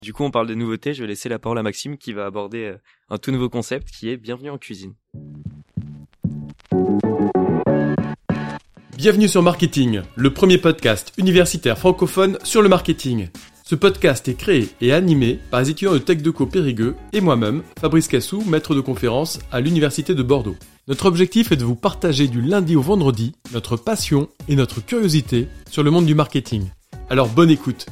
Du coup, on parle de nouveautés, je vais laisser la parole à Maxime qui va aborder un tout nouveau concept qui est Bienvenue en cuisine. Bienvenue sur Marketing, le premier podcast universitaire francophone sur le marketing. Ce podcast est créé et animé par les étudiants de TechDeco Périgueux et moi-même, Fabrice Cassou, maître de conférence à l'Université de Bordeaux. Notre objectif est de vous partager du lundi au vendredi notre passion et notre curiosité sur le monde du marketing. Alors bonne écoute.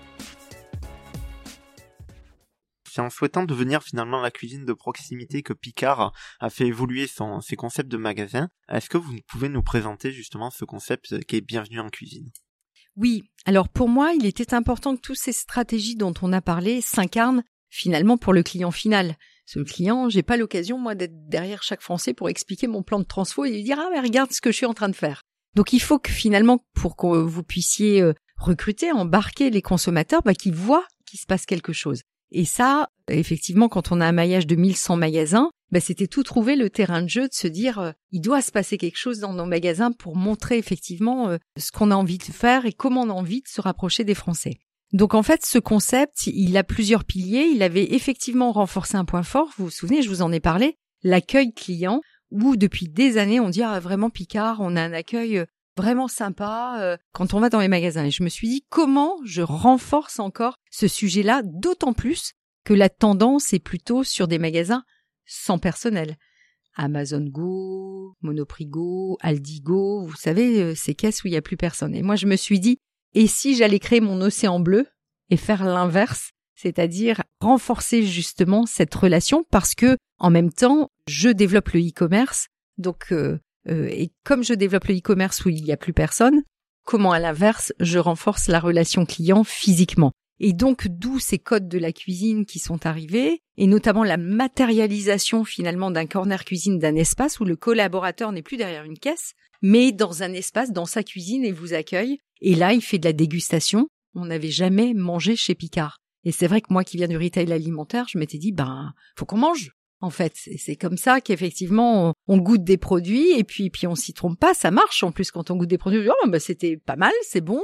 C'est en souhaitant devenir finalement la cuisine de proximité que Picard a fait évoluer ses concepts de magasin. Est-ce que vous pouvez nous présenter justement ce concept qui est Bienvenue en cuisine ? Oui, alors pour moi, il était important que toutes ces stratégies dont on a parlé s'incarnent finalement pour le client final. Ce client, j'ai pas l'occasion moi d'être derrière chaque Français pour expliquer mon plan de transfo et lui dire « Ah mais regarde ce que je suis en train de faire ». Donc il faut que finalement, pour que vous puissiez recruter, embarquer les consommateurs, qu'ils voient qu'il se passe quelque chose. Et ça, effectivement, quand on a un maillage de 1100 magasins, c'était tout trouver le terrain de jeu de se dire il doit se passer quelque chose dans nos magasins pour montrer effectivement ce qu'on a envie de faire et comment on a envie de se rapprocher des Français. Donc en fait, ce concept, il a plusieurs piliers. Il avait effectivement renforcé un point fort, vous vous souvenez, je vous en ai parlé, l'accueil client, où depuis des années, on dit vraiment Picard, on a un accueil vraiment sympa quand on va dans les magasins. Et je me suis dit comment je renforce encore ce sujet-là, d'autant plus que la tendance est plutôt sur des magasins sans personnel. Amazon Go, Monoprix Go, Aldi Go, vous savez, ces caisses où il n'y a plus personne. Et moi, je me suis dit, et si j'allais créer mon océan bleu et faire l'inverse, c'est-à-dire renforcer justement cette relation parce que, en même temps, je développe le e-commerce. Donc, et comme je développe le e-commerce où il n'y a plus personne, comment à l'inverse, je renforce la relation client physiquement. Et donc, d'où ces codes de la cuisine qui sont arrivés, et notamment la matérialisation finalement d'un corner cuisine, d'un espace où le collaborateur n'est plus derrière une caisse, mais dans un espace, dans sa cuisine et vous accueille. Et là, il fait de la dégustation. On n'avait jamais mangé chez Picard. Et c'est vrai que moi qui viens du retail alimentaire, je m'étais dit, faut qu'on mange. En fait, c'est comme ça qu'effectivement, on goûte des produits et puis on s'y trompe pas, ça marche. En plus, quand on goûte des produits, c'était pas mal, c'est bon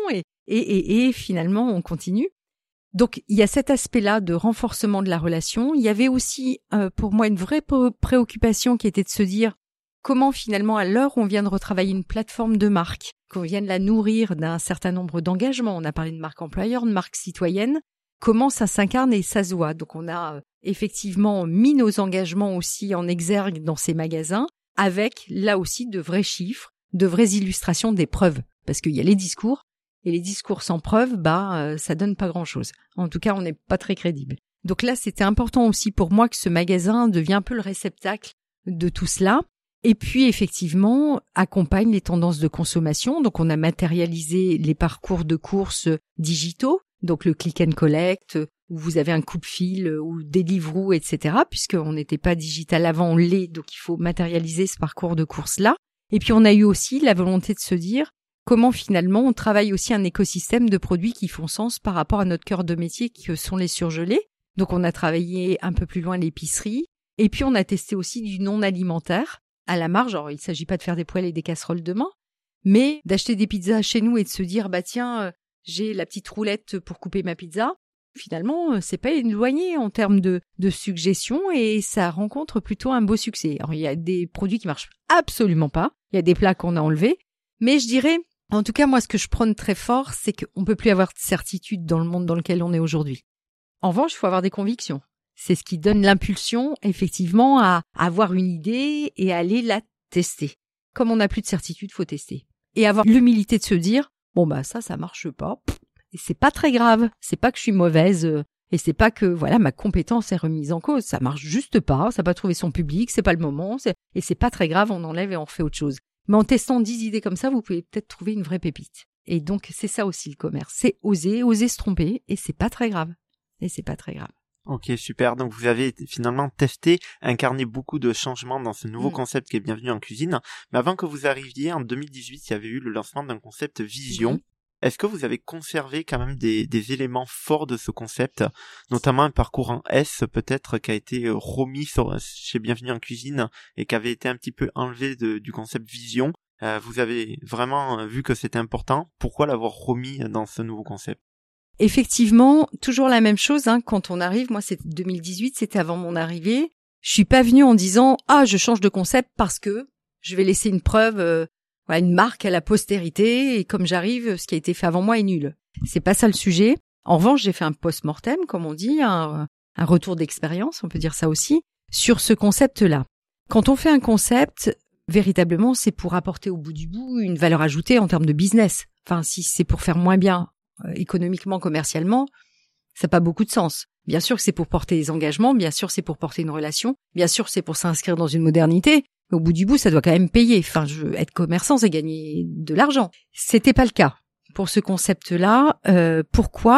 et finalement, on continue. Donc, il y a cet aspect-là de renforcement de la relation. Il y avait aussi, pour moi, une vraie préoccupation qui était de se dire comment finalement, à l'heure où on vient de retravailler une plateforme de marque, qu'on vient de la nourrir d'un certain nombre d'engagements, on a parlé de marque employeur, de marque citoyenne, comment ça s'incarne et ça se voit. Donc, on a effectivement mis nos engagements aussi en exergue dans ces magasins, avec là aussi de vrais chiffres, de vraies illustrations, des preuves. Parce qu'il y a les discours, et les discours sans preuve, ça donne pas grand-chose. En tout cas, on n'est pas très crédible. Donc là, c'était important aussi pour moi que ce magasin devienne un peu le réceptacle de tout cela. Et puis, effectivement, accompagne les tendances de consommation. Donc, on a matérialisé les parcours de courses digitaux. Donc, le click and collect, où vous avez un coupe-fil ou Deliveroo, etc. Puisqu'on n'était pas digital avant, on l'est. Donc, il faut matérialiser ce parcours de course-là. Et puis, on a eu aussi la volonté de se dire comment finalement on travaille aussi un écosystème de produits qui font sens par rapport à notre cœur de métier que sont les surgelés. Donc on a travaillé un peu plus loin l'épicerie et puis on a testé aussi du non alimentaire à la marge. Alors il ne s'agit pas de faire des poêles et des casseroles demain, mais d'acheter des pizzas chez nous et de se dire tiens, j'ai la petite roulette pour couper ma pizza. Finalement, c'est pas éloigné en termes de suggestions et ça rencontre plutôt un beau succès. Alors il y a des produits qui marchent absolument pas, il y a des plats qu'on a enlevés, mais je dirais en tout cas, moi, ce que je prône très fort, c'est qu'on peut plus avoir de certitude dans le monde dans lequel on est aujourd'hui. En revanche, il faut avoir des convictions. C'est ce qui donne l'impulsion, effectivement, à avoir une idée et à aller la tester. Comme on n'a plus de certitude, faut tester. Et avoir l'humilité de se dire, ça marche pas. Et c'est pas très grave. C'est pas que je suis mauvaise. Et c'est pas que, ma compétence est remise en cause. Ça marche juste pas. Ça n'a pas trouvé son public. C'est pas le moment. Et c'est pas très grave. On enlève et on refait autre chose. Mais en testant 10 idées comme ça, vous pouvez peut-être trouver une vraie pépite. Et donc, c'est ça aussi le commerce. C'est oser se tromper, et c'est pas très grave. Ok, super. Donc, vous avez finalement testé, incarné beaucoup de changements dans ce nouveau concept qui est Bienvenue en cuisine. Mais avant que vous arriviez, en 2018, il y avait eu le lancement d'un concept Vision. Oui. Est-ce que vous avez conservé quand même des éléments forts de ce concept, notamment un parcours en S peut-être qui a été remis chez Bienvenue en cuisine et qui avait été un petit peu enlevé du concept Vision? Vous avez vraiment vu que c'était important. Pourquoi l'avoir remis dans ce nouveau concept? effectivement, toujours la même chose, quand on arrive, moi c'était 2018, c'était avant mon arrivée, je suis pas venue en disant « Ah, je change de concept parce que je vais laisser une preuve, une marque à la postérité et comme j'arrive, ce qui a été fait avant moi est nul. » C'est pas ça le sujet. En revanche, j'ai fait un post-mortem, comme on dit, un retour d'expérience, on peut dire ça aussi, sur ce concept-là. Quand on fait un concept, véritablement, c'est pour apporter au bout du bout une valeur ajoutée en termes de business. Enfin, si c'est pour faire moins bien économiquement, commercialement, ça n'a pas beaucoup de sens. Bien sûr que c'est pour porter des engagements, bien sûr c'est pour porter une relation, bien sûr c'est pour s'inscrire dans une modernité, mais au bout du bout, ça doit quand même payer. Enfin, être commerçant, c'est gagner de l'argent. C'était pas le cas pour ce concept-là. Pourquoi ?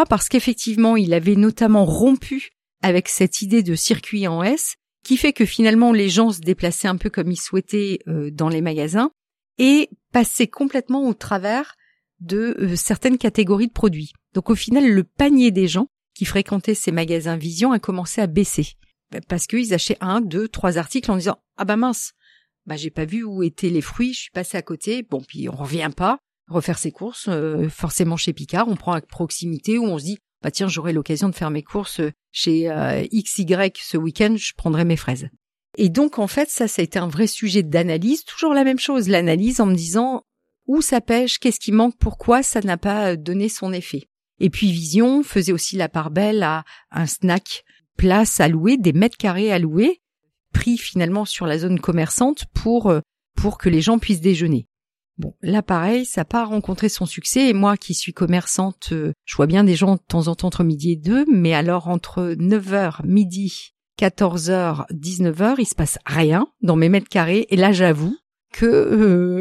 Parce qu'effectivement, il avait notamment rompu avec cette idée de circuit en S, qui fait que finalement les gens se déplaçaient un peu comme ils souhaitaient dans les magasins et passaient complètement au travers de certaines catégories de produits. Donc au final, le panier des gens qui fréquentaient ces magasins Vision a commencé à baisser parce qu'ils achetaient 1, 2, 3 articles en disant « Ah bah mince, j'ai pas vu où étaient les fruits, je suis passé à côté. » Bon, puis on revient pas refaire ses courses forcément chez Picard, on prend à proximité où on se dit « Bah tiens, j'aurai l'occasion de faire mes courses chez XY ce week-end, je prendrai mes fraises. » Et donc en fait, ça a été un vrai sujet d'analyse, toujours la même chose, l'analyse en me disant où ça pêche, qu'est-ce qui manque, pourquoi ça n'a pas donné son effet. Et puis Vision faisait aussi la part belle à un snack, place à louer, des mètres carrés à louer, pris finalement sur la zone commerçante pour que les gens puissent déjeuner. Bon, là pareil, ça n'a pas rencontré son succès et moi qui suis commerçante, je vois bien des gens de temps en temps entre midi et 2, mais alors entre 9h, midi, 14h, 19h, il se passe rien dans mes mètres carrés et là j'avoue que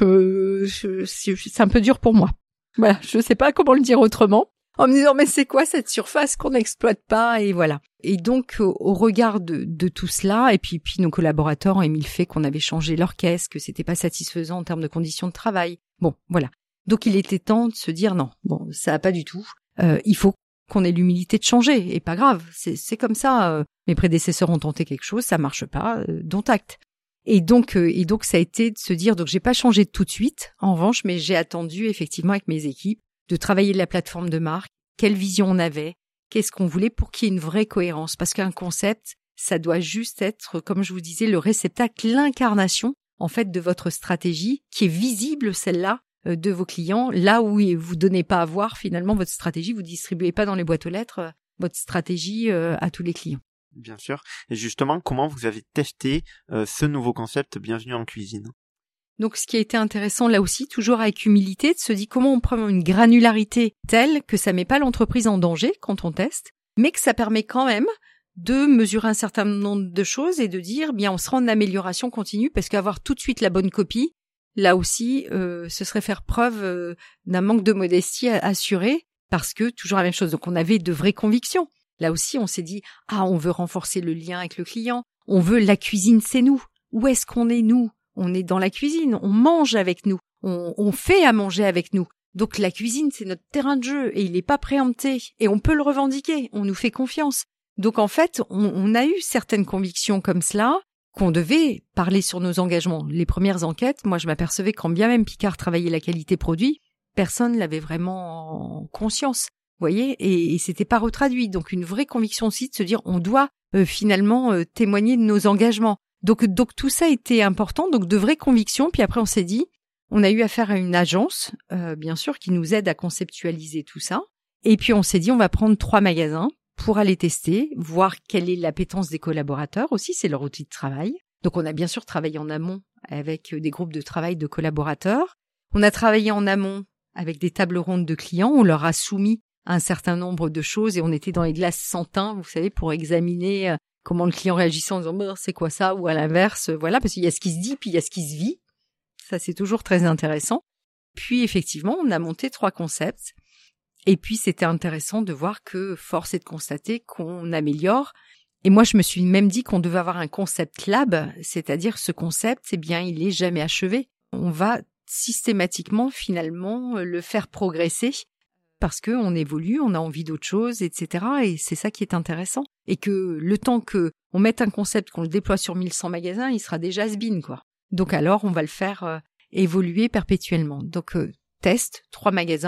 c'est un peu dur pour moi. Voilà, je sais pas comment le dire autrement. En me disant mais c'est quoi cette surface qu'on n'exploite pas et voilà. Et donc au regard de tout cela et puis nos collaborateurs ont émis le fait qu'on avait changé leur caisse, que c'était pas satisfaisant en termes de conditions de travail. Bon, voilà. Donc il était temps de se dire non, bon ça va pas du tout. Il faut qu'on ait l'humilité de changer et pas grave, c'est comme ça. Mes prédécesseurs ont tenté quelque chose, ça marche pas, dont acte. Et donc ça a été de se dire donc j'ai pas changé tout de suite en revanche, mais j'ai attendu effectivement avec mes équipes de travailler la plateforme de marque, quelle vision on avait, qu'est-ce qu'on voulait pour qu'il y ait une vraie cohérence. Parce qu'un concept, ça doit juste être, comme je vous disais, le réceptacle, l'incarnation, en fait, de votre stratégie, qui est visible, celle-là, de vos clients. Là où vous donnez pas à voir, finalement, votre stratégie, vous distribuez pas dans les boîtes aux lettres votre stratégie à tous les clients. Bien sûr. Et justement, comment vous avez testé ce nouveau concept Bienvenue en cuisine ? Donc, ce qui a été intéressant là aussi, toujours avec humilité, de se dire comment on prend une granularité telle que ça met pas l'entreprise en danger quand on teste, mais que ça permet quand même de mesurer un certain nombre de choses et de dire, bien, on sera en amélioration continue parce qu'avoir tout de suite la bonne copie, là aussi, ce serait faire preuve d'un manque de modestie assuré parce que toujours la même chose. Donc, on avait de vraies convictions. Là aussi, on s'est dit, on veut renforcer le lien avec le client, on veut la cuisine, c'est nous. Où est-ce qu'on est, nous ? On est dans la cuisine, on mange avec nous, on fait à manger avec nous. Donc la cuisine, c'est notre terrain de jeu et il n'est pas préempté et on peut le revendiquer, on nous fait confiance. Donc en fait, on a eu certaines convictions comme cela, qu'on devait parler sur nos engagements. Les premières enquêtes, moi je m'apercevais quand bien même Picard travaillait la qualité produit, personne l'avait vraiment en conscience. Vous voyez, et c'était pas retraduit. Donc une vraie conviction aussi de se dire on doit finalement témoigner de nos engagements. Donc tout ça était important, donc de vraies convictions. Puis après on s'est dit, on a eu affaire à une agence, bien sûr, qui nous aide à conceptualiser tout ça. Et puis on s'est dit, on va prendre 3 magasins pour aller tester, voir quelle est l'appétence des collaborateurs aussi, c'est leur outil de travail. Donc on a bien sûr travaillé en amont avec des groupes de travail de collaborateurs. On a travaillé en amont avec des tables rondes de clients, on leur a soumis un certain nombre de choses et on était dans les glaces sans teint, vous savez, pour examiner comment le client réagissait en disant c'est quoi ça, ou à l'inverse, voilà, parce qu'il y a ce qui se dit puis il y a ce qui se vit. Ça c'est toujours très intéressant. Puis effectivement, on a monté 3 concepts et puis c'était intéressant de voir que force est de constater qu'on améliore. Et moi je me suis même dit qu'on devait avoir un concept lab, c'est-à-dire ce concept, eh bien il est jamais achevé. On va systématiquement finalement le faire progresser parce que on évolue, on a envie d'autre chose, etc. Et c'est ça qui est intéressant. Et que le temps que on mette un concept, qu'on le déploie sur 1100 magasins, il sera déjà has-been, quoi. Donc alors, on va le faire évoluer perpétuellement. Donc, test, 3 magasins,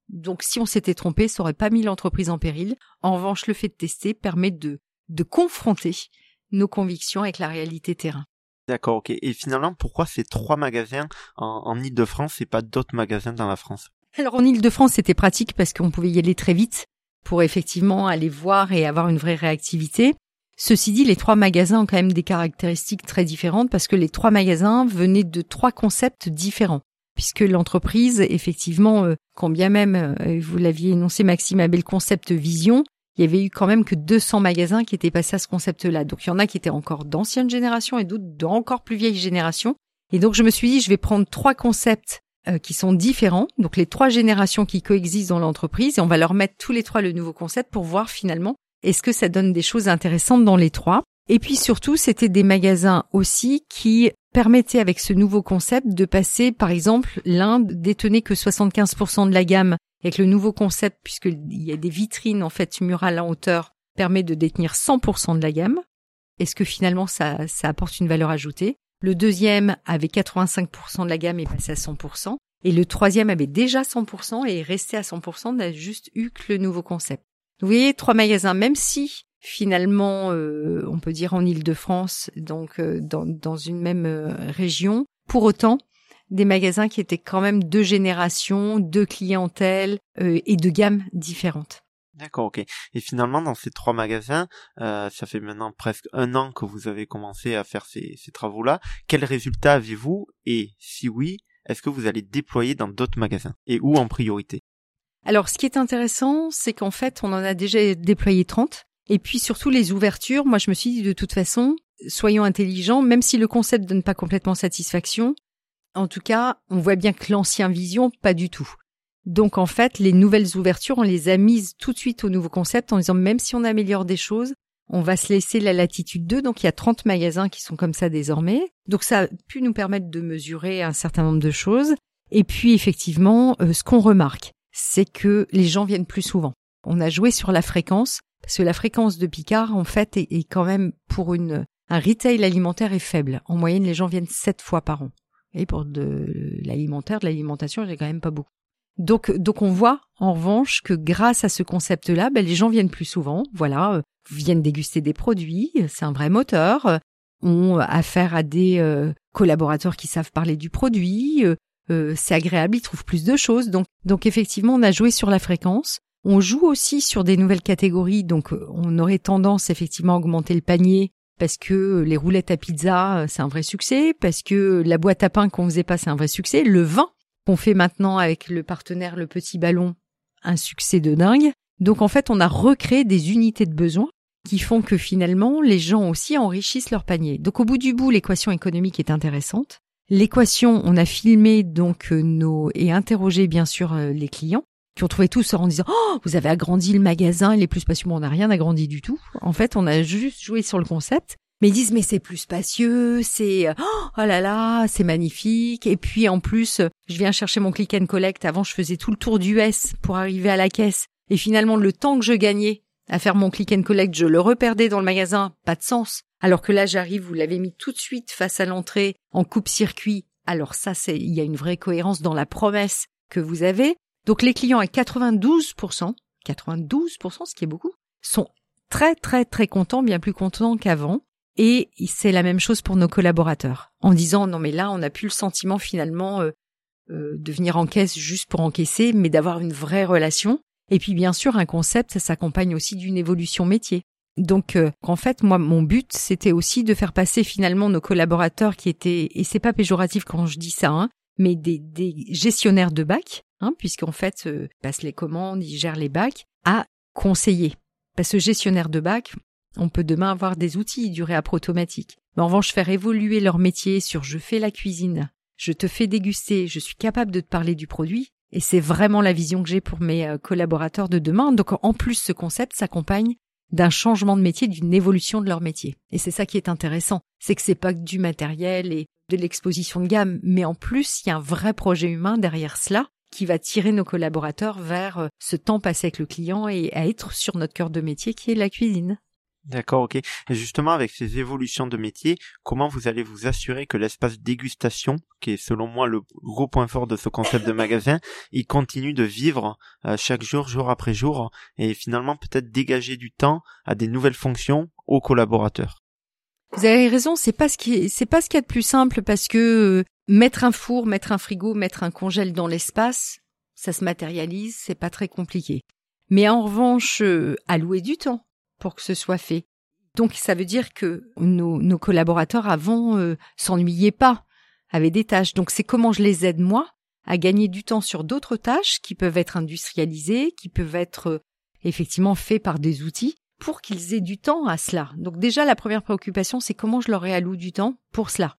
Donc si on s'était trompé, ça aurait pas mis l'entreprise en péril. En revanche, le fait de tester permet de confronter nos convictions avec la réalité terrain. D'accord, ok. Et finalement, pourquoi ces 3 magasins en Île-de-France et pas d'autres magasins dans la France? Alors en Île-de-France, c'était pratique parce qu'on pouvait y aller très vite pour effectivement aller voir et avoir une vraie réactivité. Ceci dit, les 3 magasins ont quand même des caractéristiques très différentes parce que les 3 magasins venaient de 3 concepts différents. Puisque l'entreprise, effectivement, quand bien même, vous l'aviez énoncé Maxime, avait le concept vision, il y avait eu quand même que 200 magasins qui étaient passés à ce concept-là. Donc il y en a qui étaient encore d'ancienne génération et d'autres d'encore plus vieille génération. Et donc je me suis dit, je vais prendre 3 concepts qui sont différents, donc les 3 générations qui coexistent dans l'entreprise, et on va leur mettre tous les 3 le nouveau concept pour voir finalement est-ce que ça donne des choses intéressantes dans les 3. Et puis surtout, c'était des magasins aussi qui permettaient avec ce nouveau concept de passer, par exemple, l'un détenait que 75% de la gamme. Avec le nouveau concept, puisqu'il y a des vitrines en fait murales en hauteur, permet de détenir 100% de la gamme. Est-ce que finalement ça apporte une valeur ajoutée? Le deuxième avait 85% de la gamme et passé à 100%. Et le troisième avait déjà 100% et est resté à 100%, n'a juste eu que le nouveau concept. Vous voyez, 3 magasins, même si finalement, on peut dire en Île-de-France, donc dans une même région, pour autant, des magasins qui étaient quand même 2 générations, 2 clientèles et de gammes différentes. D'accord, ok. Et finalement, dans ces 3 magasins, ça fait maintenant presque 1 an que vous avez commencé à faire ces travaux-là. Quels résultats avez-vous? Et si oui, est-ce que vous allez déployer dans d'autres magasins? Et où en priorité? Alors, ce qui est intéressant, c'est qu'en fait, on en a déjà déployé 30. Et puis surtout les ouvertures, moi je me suis dit de toute façon, soyons intelligents, même si le concept donne pas complètement satisfaction, en tout cas, on voit bien que l'ancien vision, pas du tout. Donc en fait, les nouvelles ouvertures, on les a mises tout de suite au nouveau concept en disant même si on améliore des choses, on va se laisser la latitude 2, donc il y a 30 magasins qui sont comme ça désormais. Donc ça a pu nous permettre de mesurer un certain nombre de choses. Et puis effectivement, ce qu'on remarque, c'est que les gens viennent plus souvent. On a joué sur la fréquence, parce que la fréquence de Picard, en fait, est quand même pour un retail alimentaire est faible. En moyenne, les gens viennent 7 fois par an. Et pour de l'alimentation, j'ai quand même pas beaucoup. Donc on voit, en revanche, que grâce à ce concept-là, les gens viennent plus souvent. Voilà, viennent déguster des produits. C'est un vrai moteur. Ont affaire à des collaborateurs qui savent parler du produit. C'est agréable, ils trouvent plus de choses. Donc effectivement, on a joué sur la fréquence. On joue aussi sur des nouvelles catégories, donc on aurait tendance effectivement à augmenter le panier parce que les roulettes à pizza, c'est un vrai succès, parce que la boîte à pain qu'on faisait pas, c'est un vrai succès, le vin qu'on fait maintenant avec le partenaire Le Petit Ballon, un succès de dingue. Donc en fait, on a recréé des unités de besoin qui font que finalement, les gens aussi enrichissent leur panier. Donc au bout du bout, l'équation économique est intéressante. L'équation, on a filmé donc et interrogé bien sûr les clients, qui ont trouvé tout ça en disant « Oh, vous avez agrandi le magasin, il est plus spacieux. » Bon, on n'a rien agrandi du tout. En fait, on a juste joué sur le concept. Mais ils disent « Mais c'est plus spacieux, c'est... Oh là là, c'est magnifique. » Et puis, en plus, je viens chercher mon click and collect. Avant, je faisais tout le tour d'US pour arriver à la caisse. Et finalement, le temps que je gagnais à faire mon click and collect, je le reperdais dans le magasin. Pas de sens. Alors que là, j'arrive, vous l'avez mis tout de suite face à l'entrée, en coupe-circuit. Alors ça, il y a une vraie cohérence dans la promesse que vous avez. Donc les clients à 92%, ce qui est beaucoup, sont très très très contents, bien plus contents qu'avant. Et c'est la même chose pour nos collaborateurs, en disant non mais là on n'a plus le sentiment finalement de venir en caisse juste pour encaisser, mais d'avoir une vraie relation. Et puis bien sûr un concept, ça s'accompagne aussi d'une évolution métier. Donc en fait moi mon but c'était aussi de faire passer finalement nos collaborateurs qui étaient, et c'est pas péjoratif quand je dis ça, mais des gestionnaires de bac, puisqu'en fait, ils passent les commandes, ils gèrent les bacs, à conseiller. Parce que gestionnaire de bac, on peut demain avoir des outils du réapp automatique. Mais en revanche, faire évoluer leur métier sur je fais la cuisine, je te fais déguster, je suis capable de te parler du produit, et c'est vraiment la vision que j'ai pour mes collaborateurs de demain. Donc en plus, ce concept s'accompagne d'un changement de métier, d'une évolution de leur métier. Et c'est ça qui est intéressant, c'est que c'est pas que du matériel et de l'exposition de gamme, mais en plus, il y a un vrai projet humain derrière cela qui va tirer nos collaborateurs vers ce temps passé avec le client et à être sur notre cœur de métier qui est la cuisine. D'accord, ok. Et justement, avec ces évolutions de métier, comment vous allez vous assurer que l'espace dégustation, qui est selon moi le gros point fort de ce concept de magasin, il continue de vivre chaque jour, jour après jour, et finalement peut-être dégager du temps à des nouvelles fonctions aux collaborateurs? Vous avez raison, c'est pas ce qu'il y a de plus simple, parce que mettre un four, mettre un frigo, mettre un congèle dans l'espace, ça se matérialise, c'est pas très compliqué. Mais en revanche, allouer du temps pour que ce soit fait. Donc ça veut dire que nos collaborateurs avant s'ennuyaient pas, avaient des tâches. Donc c'est comment je les aide moi à gagner du temps sur d'autres tâches qui peuvent être industrialisées, qui peuvent être effectivement faites par des outils, pour qu'ils aient du temps à cela. Donc déjà, la première préoccupation, c'est comment je leur réalloue du temps pour cela.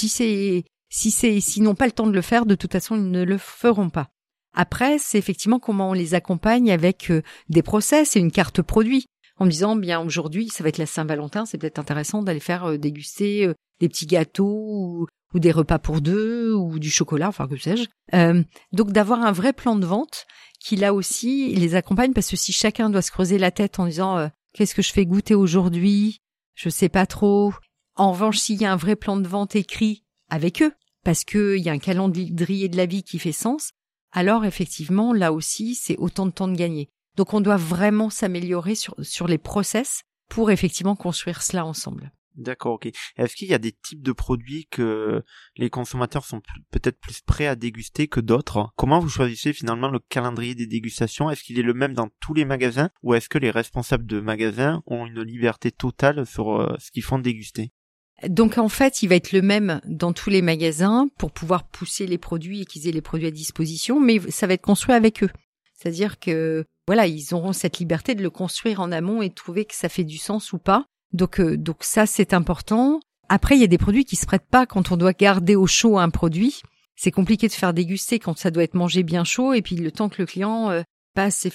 S'ils n'ont pas le temps de le faire, de toute façon, ils ne le feront pas. Après, c'est effectivement comment on les accompagne avec des process et une carte produit. En me disant, bien aujourd'hui, ça va être la Saint-Valentin, c'est peut-être intéressant d'aller faire déguster des petits gâteaux ou des repas pour deux ou du chocolat, enfin que sais-je. Donc d'avoir un vrai plan de vente qui là aussi les accompagne, parce que si chacun doit se creuser la tête en disant qu'est-ce que je fais goûter aujourd'hui, je sais pas trop. En revanche, s'il y a un vrai plan de vente écrit avec eux, parce que il y a un calendrier de la vie qui fait sens, alors effectivement là aussi c'est autant de temps de gagner. Donc on doit vraiment s'améliorer sur les process pour effectivement construire cela ensemble. D'accord, ok. Est-ce qu'il y a des types de produits que les consommateurs sont peut-être plus prêts à déguster que d'autres? Comment vous choisissez finalement le calendrier des dégustations? Est-ce qu'il est le même dans tous les magasins, ou est-ce que les responsables de magasins ont une liberté totale sur ce qu'ils font déguster? Donc en fait, il va être le même dans tous les magasins pour pouvoir pousser les produits et qu'ils aient les produits à disposition, mais ça va être construit avec eux. C'est-à-dire que voilà, ils auront cette liberté de le construire en amont et de trouver que ça fait du sens ou pas. Donc ça, c'est important. Après, il y a des produits qui se prêtent pas quand on doit garder au chaud un produit. C'est compliqué de faire déguster quand ça doit être mangé bien chaud, et puis le temps que le client fasse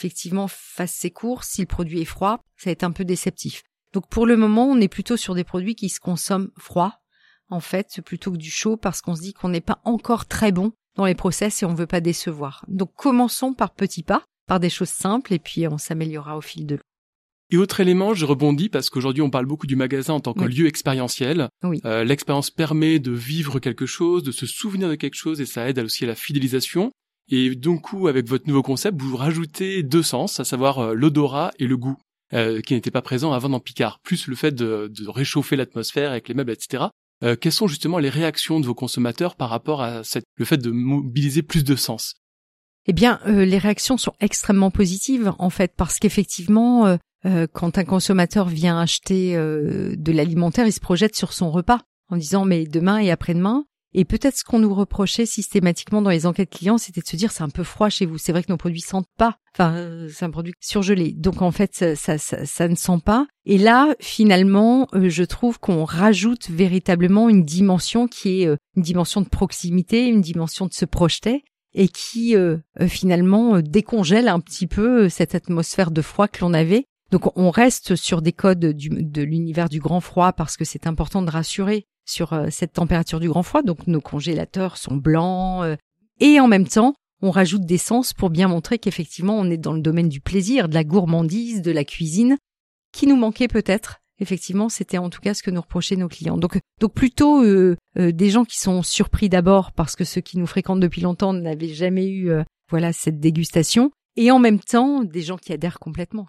ses courses, si le produit est froid, ça va être un peu déceptif. Donc pour le moment, on est plutôt sur des produits qui se consomment froid, en fait, plutôt que du chaud, parce qu'on se dit qu'on n'est pas encore très bon dans les process et on veut pas décevoir. Donc commençons par petits pas, par des choses simples, et puis on s'améliorera au fil de l'eau. Et autre élément, je rebondis parce qu'aujourd'hui on parle beaucoup du magasin en tant que lieu expérientiel. Oui. L'expérience permet de vivre quelque chose, de se souvenir de quelque chose, et ça aide aussi à la fidélisation. Et donc, avec votre nouveau concept, vous rajoutez 2 sens, à savoir l'odorat et le goût, qui n'étaient pas présents avant dans Picard, plus le fait de réchauffer l'atmosphère avec les meubles, etc. Quelles sont justement les réactions de vos consommateurs par rapport à le fait de mobiliser plus de sens? Eh bien, les réactions sont extrêmement positives, en fait, parce qu'effectivement, quand un consommateur vient acheter de l'alimentaire, il se projette sur son repas en disant mais demain et après-demain. Et peut-être ce qu'on nous reprochait systématiquement dans les enquêtes clients, c'était de se dire c'est un peu froid chez vous. C'est vrai que nos produits sentent pas. Enfin, c'est un produit surgelé. Donc en fait, ça ne sent pas. Et là, finalement, je trouve qu'on rajoute véritablement une dimension qui est une dimension de proximité, une dimension de se projeter, et qui finalement décongèle un petit peu cette atmosphère de froid que l'on avait. Donc on reste sur des codes de l'univers du grand froid, parce que c'est important de rassurer sur cette température du grand froid. Donc nos congélateurs sont blancs, et en même temps on rajoute des sens pour bien montrer qu'effectivement on est dans le domaine du plaisir, de la gourmandise, de la cuisine, qui nous manquait peut-être. Effectivement, c'était en tout cas ce que nous reprochaient nos clients. Donc plutôt des gens qui sont surpris d'abord parce que ceux qui nous fréquentent depuis longtemps n'avaient jamais eu cette dégustation, et en même temps des gens qui adhèrent complètement.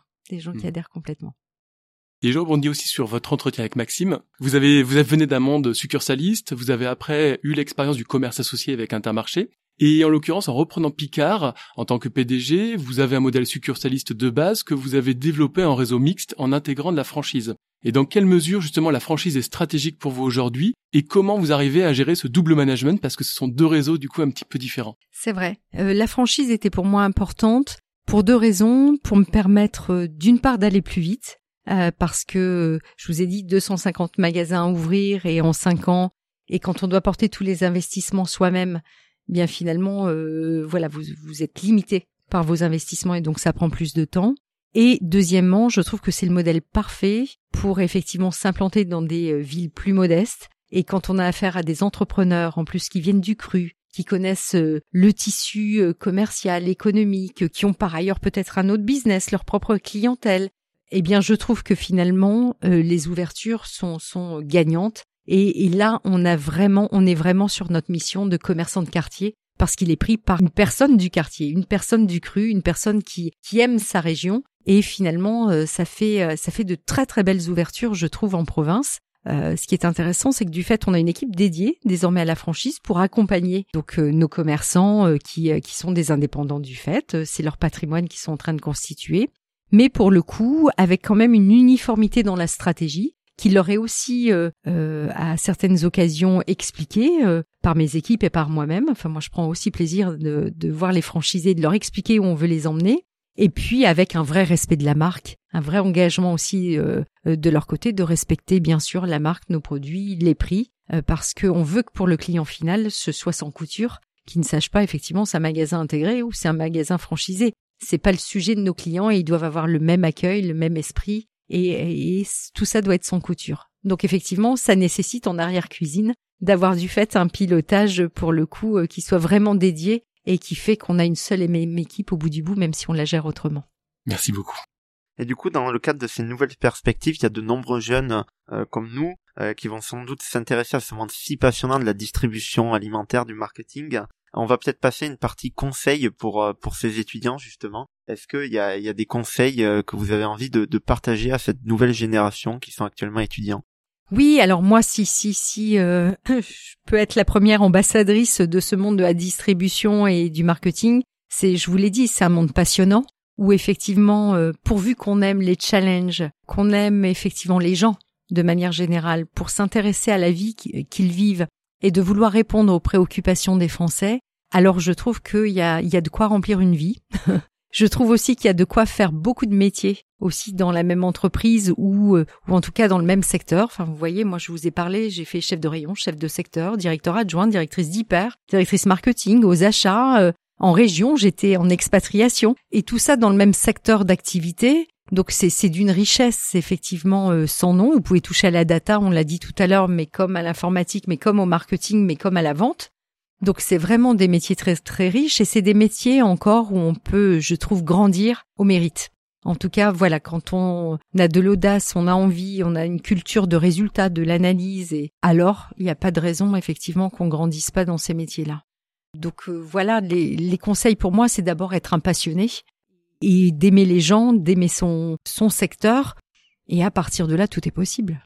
Et je rebondis aussi sur votre entretien avec Maxime. Vous venez d'un monde succursaliste, vous avez après eu l'expérience du commerce associé avec Intermarché, et en l'occurrence, en reprenant Picard, en tant que PDG, vous avez un modèle succursaliste de base que vous avez développé en réseau mixte en intégrant de la franchise. Et dans quelle mesure, justement, la franchise est stratégique pour vous aujourd'hui, et comment vous arrivez à gérer ce double management, parce que ce sont 2 réseaux, du coup, un petit peu différents? C'est vrai. La franchise était pour moi importante pour 2 raisons. Pour me permettre, d'une part, d'aller plus vite, parce que, je vous ai dit, 250 magasins à ouvrir, et en 5 ans, et quand on doit porter tous les investissements soi-même, bien finalement, vous êtes limité par vos investissements, et donc ça prend plus de temps. Et deuxièmement, je trouve que c'est le modèle parfait pour effectivement s'implanter dans des villes plus modestes. Et quand on a affaire à des entrepreneurs, en plus, qui viennent du cru, qui connaissent le tissu commercial, économique, qui ont par ailleurs peut-être un autre business, leur propre clientèle, eh bien, je trouve que finalement, les ouvertures sont gagnantes. Et là, on est vraiment sur notre mission de commerçant de quartier, parce qu'il est pris par une personne du quartier, une personne du cru, une personne qui aime sa région. Et finalement, ça fait de très très belles ouvertures, je trouve, en province. Ce qui est intéressant, c'est que du fait, on a une équipe dédiée désormais à la franchise pour accompagner donc nos commerçants qui sont des indépendants du fait. C'est leur patrimoine qu'ils sont en train de constituer. Mais pour le coup, avec quand même une uniformité dans la stratégie, qui leur est aussi à certaines occasions expliquée par mes équipes et par moi-même. Enfin, moi, je prends aussi plaisir de voir les franchisés, de leur expliquer où on veut les emmener. Et puis, avec un vrai respect de la marque, un vrai engagement aussi de leur côté, de respecter bien sûr la marque, nos produits, les prix, parce qu'on veut que pour le client final, ce soit sans couture, qu'il ne sache pas effectivement c'est un magasin intégré ou c'est un magasin franchisé. C'est pas le sujet de nos clients et ils doivent avoir le même accueil, le même esprit. Et tout ça doit être sans couture. Donc effectivement, ça nécessite en arrière-cuisine d'avoir du fait un pilotage pour le coup qui soit vraiment dédié et qui fait qu'on a une seule et même équipe au bout du bout, même si on la gère autrement. Merci beaucoup. Et du coup, dans le cadre de ces nouvelles perspectives, il y a de nombreux jeunes comme nous qui vont sans doute s'intéresser à ce monde si passionnant de la distribution alimentaire, du marketing. On va peut-être passer une partie conseils pour ces étudiants justement. Est-ce qu'il y a des conseils que vous avez envie de partager à cette nouvelle génération qui sont actuellement étudiants? Oui, alors moi si je peux être la première ambassadrice de ce monde de la distribution et du marketing, je vous l'ai dit, c'est un monde passionnant où effectivement pourvu qu'on aime les challenges, qu'on aime effectivement les gens de manière générale pour s'intéresser à la vie qu'ils vivent et de vouloir répondre aux préoccupations des Français, alors je trouve qu'il y a de quoi remplir une vie. Je trouve aussi qu'il y a de quoi faire beaucoup de métiers aussi dans la même entreprise ou en tout cas dans le même secteur. Enfin, vous voyez, moi je vous ai parlé, j'ai fait chef de rayon, chef de secteur, directeur adjoint, directrice d'hyper, directrice marketing, aux achats. En région, j'étais en expatriation et tout ça dans le même secteur d'activité. Donc c'est d'une richesse effectivement sans nom. Vous pouvez toucher à la data, on l'a dit tout à l'heure, mais comme à l'informatique, mais comme au marketing, mais comme à la vente. Donc c'est vraiment des métiers très très riches et c'est des métiers encore où on peut, je trouve, grandir au mérite. En tout cas, voilà, quand on a de l'audace, on a envie, on a une culture de résultat, de l'analyse, et alors il n'y a pas de raison effectivement qu'on grandisse pas dans ces métiers-là. Donc voilà, les conseils pour moi, c'est d'abord être un passionné et d'aimer les gens, d'aimer son secteur, et à partir de là, tout est possible.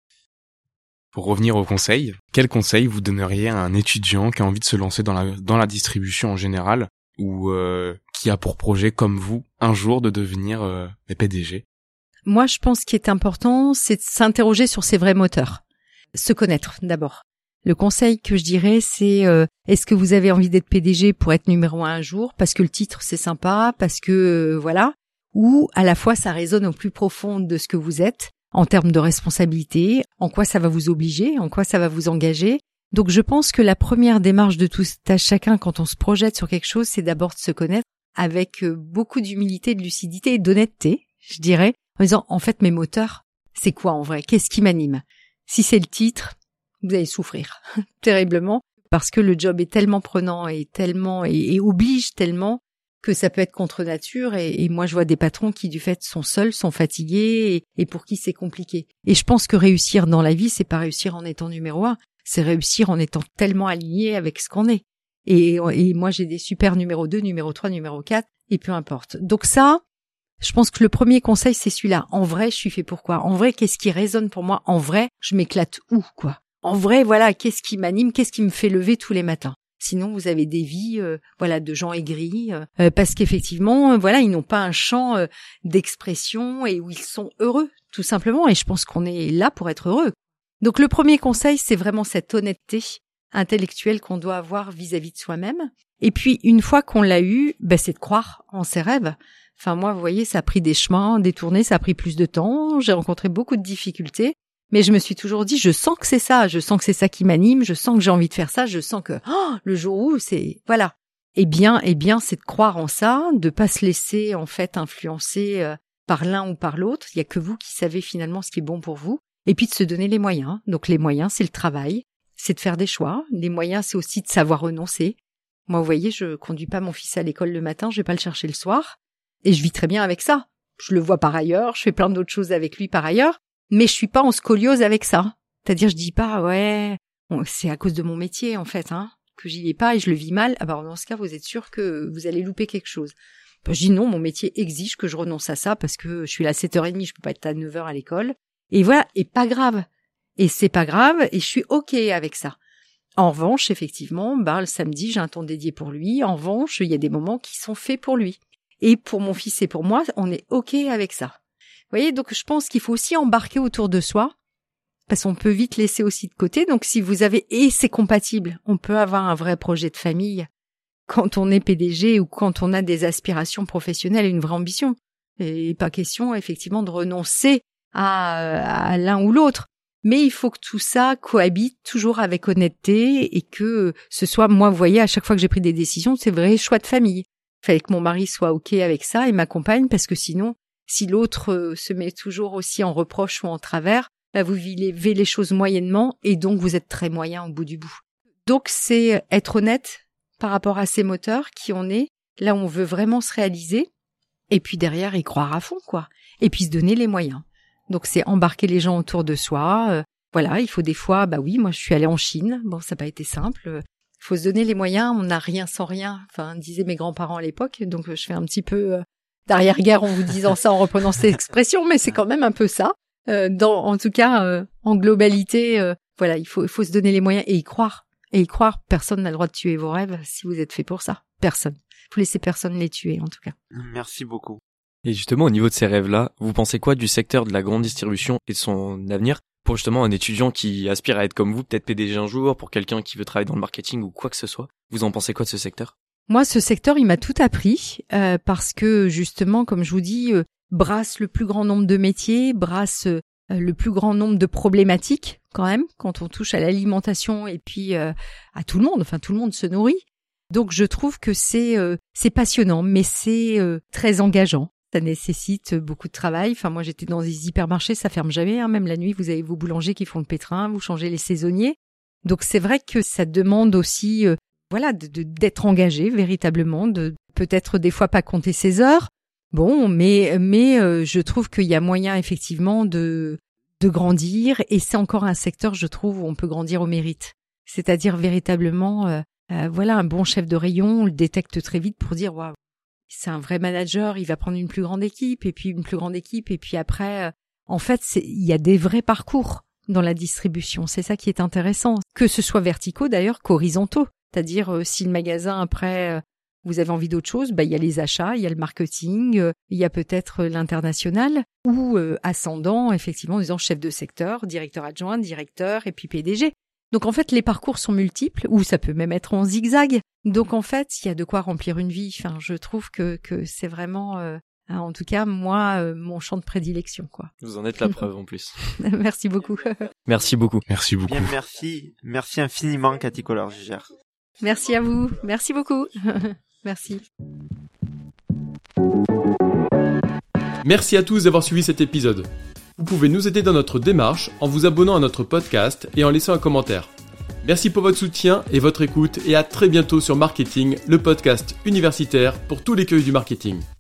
Pour revenir aux conseils, quel conseil vous donneriez à un étudiant qui a envie de se lancer dans la distribution en général ou qui a pour projet, comme vous, un jour de devenir PDG? Moi, je pense qu'il est important, c'est de s'interroger sur ses vrais moteurs. Se connaître, d'abord. Le conseil que je dirais, c'est est-ce que vous avez envie d'être PDG pour être numéro 1 un jour, parce que le titre, c'est sympa, parce que voilà, ou à la fois, ça résonne au plus profond de ce que vous êtes, en termes de responsabilité, en quoi ça va vous obliger, en quoi ça va vous engager. Donc je pense que la première démarche de tout à chacun quand on se projette sur quelque chose, c'est d'abord de se connaître avec beaucoup d'humilité, de lucidité et d'honnêteté, je dirais, en disant en fait mes moteurs, c'est quoi en vrai? Qu'est-ce qui m'anime? Si c'est le titre, vous allez souffrir terriblement parce que le job est tellement prenant et tellement et oblige tellement que ça peut être contre nature et moi je vois des patrons qui du fait sont seuls, sont fatigués et pour qui c'est compliqué. Et je pense que réussir dans la vie, c'est pas réussir en étant numéro 1, c'est réussir en étant tellement aligné avec ce qu'on est. Et moi j'ai des super numéro 2, numéro 3, numéro 4 et peu importe. Donc ça, je pense que le premier conseil c'est celui-là. En vrai, je suis fait pour quoi? En vrai, qu'est-ce qui résonne pour moi? En vrai, je m'éclate où quoi? En vrai, voilà, qu'est-ce qui m'anime? Qu'est-ce qui me fait lever tous les matins? Sinon, vous avez des vies, de gens aigris, parce qu'effectivement, ils n'ont pas un champ d'expression et où ils sont heureux, tout simplement. Et je pense qu'on est là pour être heureux. Donc, le premier conseil, c'est vraiment cette honnêteté intellectuelle qu'on doit avoir vis-à-vis de soi-même. Et puis, une fois qu'on l'a eu, c'est de croire en ses rêves. Enfin, moi, vous voyez, ça a pris des chemins détournés, ça a pris plus de temps. J'ai rencontré beaucoup de difficultés. Mais je me suis toujours dit, je sens que c'est ça qui m'anime, je sens que j'ai envie de faire ça, je sens que le jour où c'est voilà. Eh bien, c'est de croire en ça, de pas se laisser en fait influencer par l'un ou par l'autre. Il y a que vous qui savez finalement ce qui est bon pour vous. Et puis de se donner les moyens. Donc les moyens, c'est le travail, c'est de faire des choix. Les moyens, c'est aussi de savoir renoncer. Moi, vous voyez, je conduis pas mon fils à l'école le matin, je vais pas le chercher le soir, et je vis très bien avec ça. Je le vois par ailleurs, je fais plein d'autres choses avec lui par ailleurs, mais je suis pas en scoliose avec ça. C'est-à-dire, je dis pas, c'est à cause de mon métier, en fait, que j'y vais pas et je le vis mal. Alors, dans ce cas, vous êtes sûr que vous allez louper quelque chose. Je dis non, mon métier exige que je renonce à ça parce que je suis là à 7h30, je peux pas être à 9h à l'école. Et voilà, et pas grave. Et c'est pas grave, et je suis OK avec ça. En revanche, effectivement, le samedi, j'ai un temps dédié pour lui. En revanche, il y a des moments qui sont faits pour lui. Et pour mon fils et pour moi, on est OK avec ça. Vous voyez, donc je pense qu'il faut aussi embarquer autour de soi, parce qu'on peut vite laisser aussi de côté. Donc si vous avez, et c'est compatible, on peut avoir un vrai projet de famille quand on est PDG ou quand on a des aspirations professionnelles et une vraie ambition. Et pas question, effectivement, de renoncer à l'un ou l'autre. Mais il faut que tout ça cohabite toujours avec honnêteté et que ce soit, moi, vous voyez, à chaque fois que j'ai pris des décisions, c'est vrai choix de famille. Il fallait que mon mari soit OK avec ça et m'accompagne parce que sinon, si l'autre se met toujours aussi en reproche ou en travers, vous vivez les choses moyennement et donc vous êtes très moyen au bout du bout. Donc c'est être honnête par rapport à ces moteurs, qui on est, là où on veut vraiment se réaliser et puis derrière y croire à fond, quoi. Et puis se donner les moyens. Donc c'est embarquer les gens autour de soi. Il faut des fois, moi je suis allée en Chine. Bon, ça n'a pas été simple. Il faut se donner les moyens. On n'a rien sans rien. Enfin, disaient mes grands-parents à l'époque. Donc je fais un petit peu d'arrière-guerre en vous disant ça, en reprenant cette expression, mais c'est quand même un peu ça. En tout cas, en globalité, il faut se donner les moyens et y croire. Et y croire, personne n'a le droit de tuer vos rêves si vous êtes fait pour ça. Personne. Faut laisser personne les tuer, en tout cas. Merci beaucoup. Et justement, au niveau de ces rêves-là, vous pensez quoi du secteur de la grande distribution et de son avenir pour justement un étudiant qui aspire à être comme vous, peut-être PDG un jour, pour quelqu'un qui veut travailler dans le marketing ou quoi que ce soit? Vous en pensez quoi de ce secteur? Moi, ce secteur, il m'a tout appris parce que justement, comme je vous dis, brasse le plus grand nombre de métiers, brasse le plus grand nombre de problématiques quand même, quand on touche à l'alimentation et puis à tout le monde. Enfin, tout le monde se nourrit. Donc, je trouve que c'est passionnant, mais c'est très engageant. Ça nécessite beaucoup de travail. Enfin, moi, j'étais dans des hypermarchés, ça ferme jamais. Même la nuit, vous avez vos boulangers qui font le pétrin, vous changez les saisonniers. Donc, c'est vrai que ça demande aussi, d'être engagé véritablement, de peut-être des fois pas compter ses heures. Bon, mais je trouve qu'il y a moyen effectivement de grandir, et c'est encore un secteur, je trouve, où on peut grandir au mérite. C'est-à-dire véritablement, un bon chef de rayon, on le détecte très vite pour dire waouh. C'est un vrai manager, il va prendre une plus grande équipe, et puis une plus grande équipe, et puis après, en fait, il y a des vrais parcours dans la distribution. C'est ça qui est intéressant. Que ce soit verticaux d'ailleurs qu'horizontaux. C'est-à-dire, si le magasin, après, vous avez envie d'autre chose, il y a les achats, il y a le marketing, il y a peut-être l'international, ou ascendant, effectivement, en disant chef de secteur, directeur adjoint, directeur, et puis PDG. Donc en fait, les parcours sont multiples, ou ça peut même être en zigzag. Donc en fait, il y a de quoi remplir une vie. Enfin, je trouve que c'est vraiment, en tout cas, moi, mon champ de prédilection, quoi. Vous en êtes la preuve en plus. Merci beaucoup. Merci beaucoup. Merci beaucoup. Bien, merci infiniment, Cathy Kohler-Gigère. Merci à vous. Merci beaucoup. Merci. Merci à tous d'avoir suivi cet épisode. Vous pouvez nous aider dans notre démarche en vous abonnant à notre podcast et en laissant un commentaire. Merci pour votre soutien et votre écoute, et à très bientôt sur Marketing, le podcast universitaire pour tous les curieux du marketing.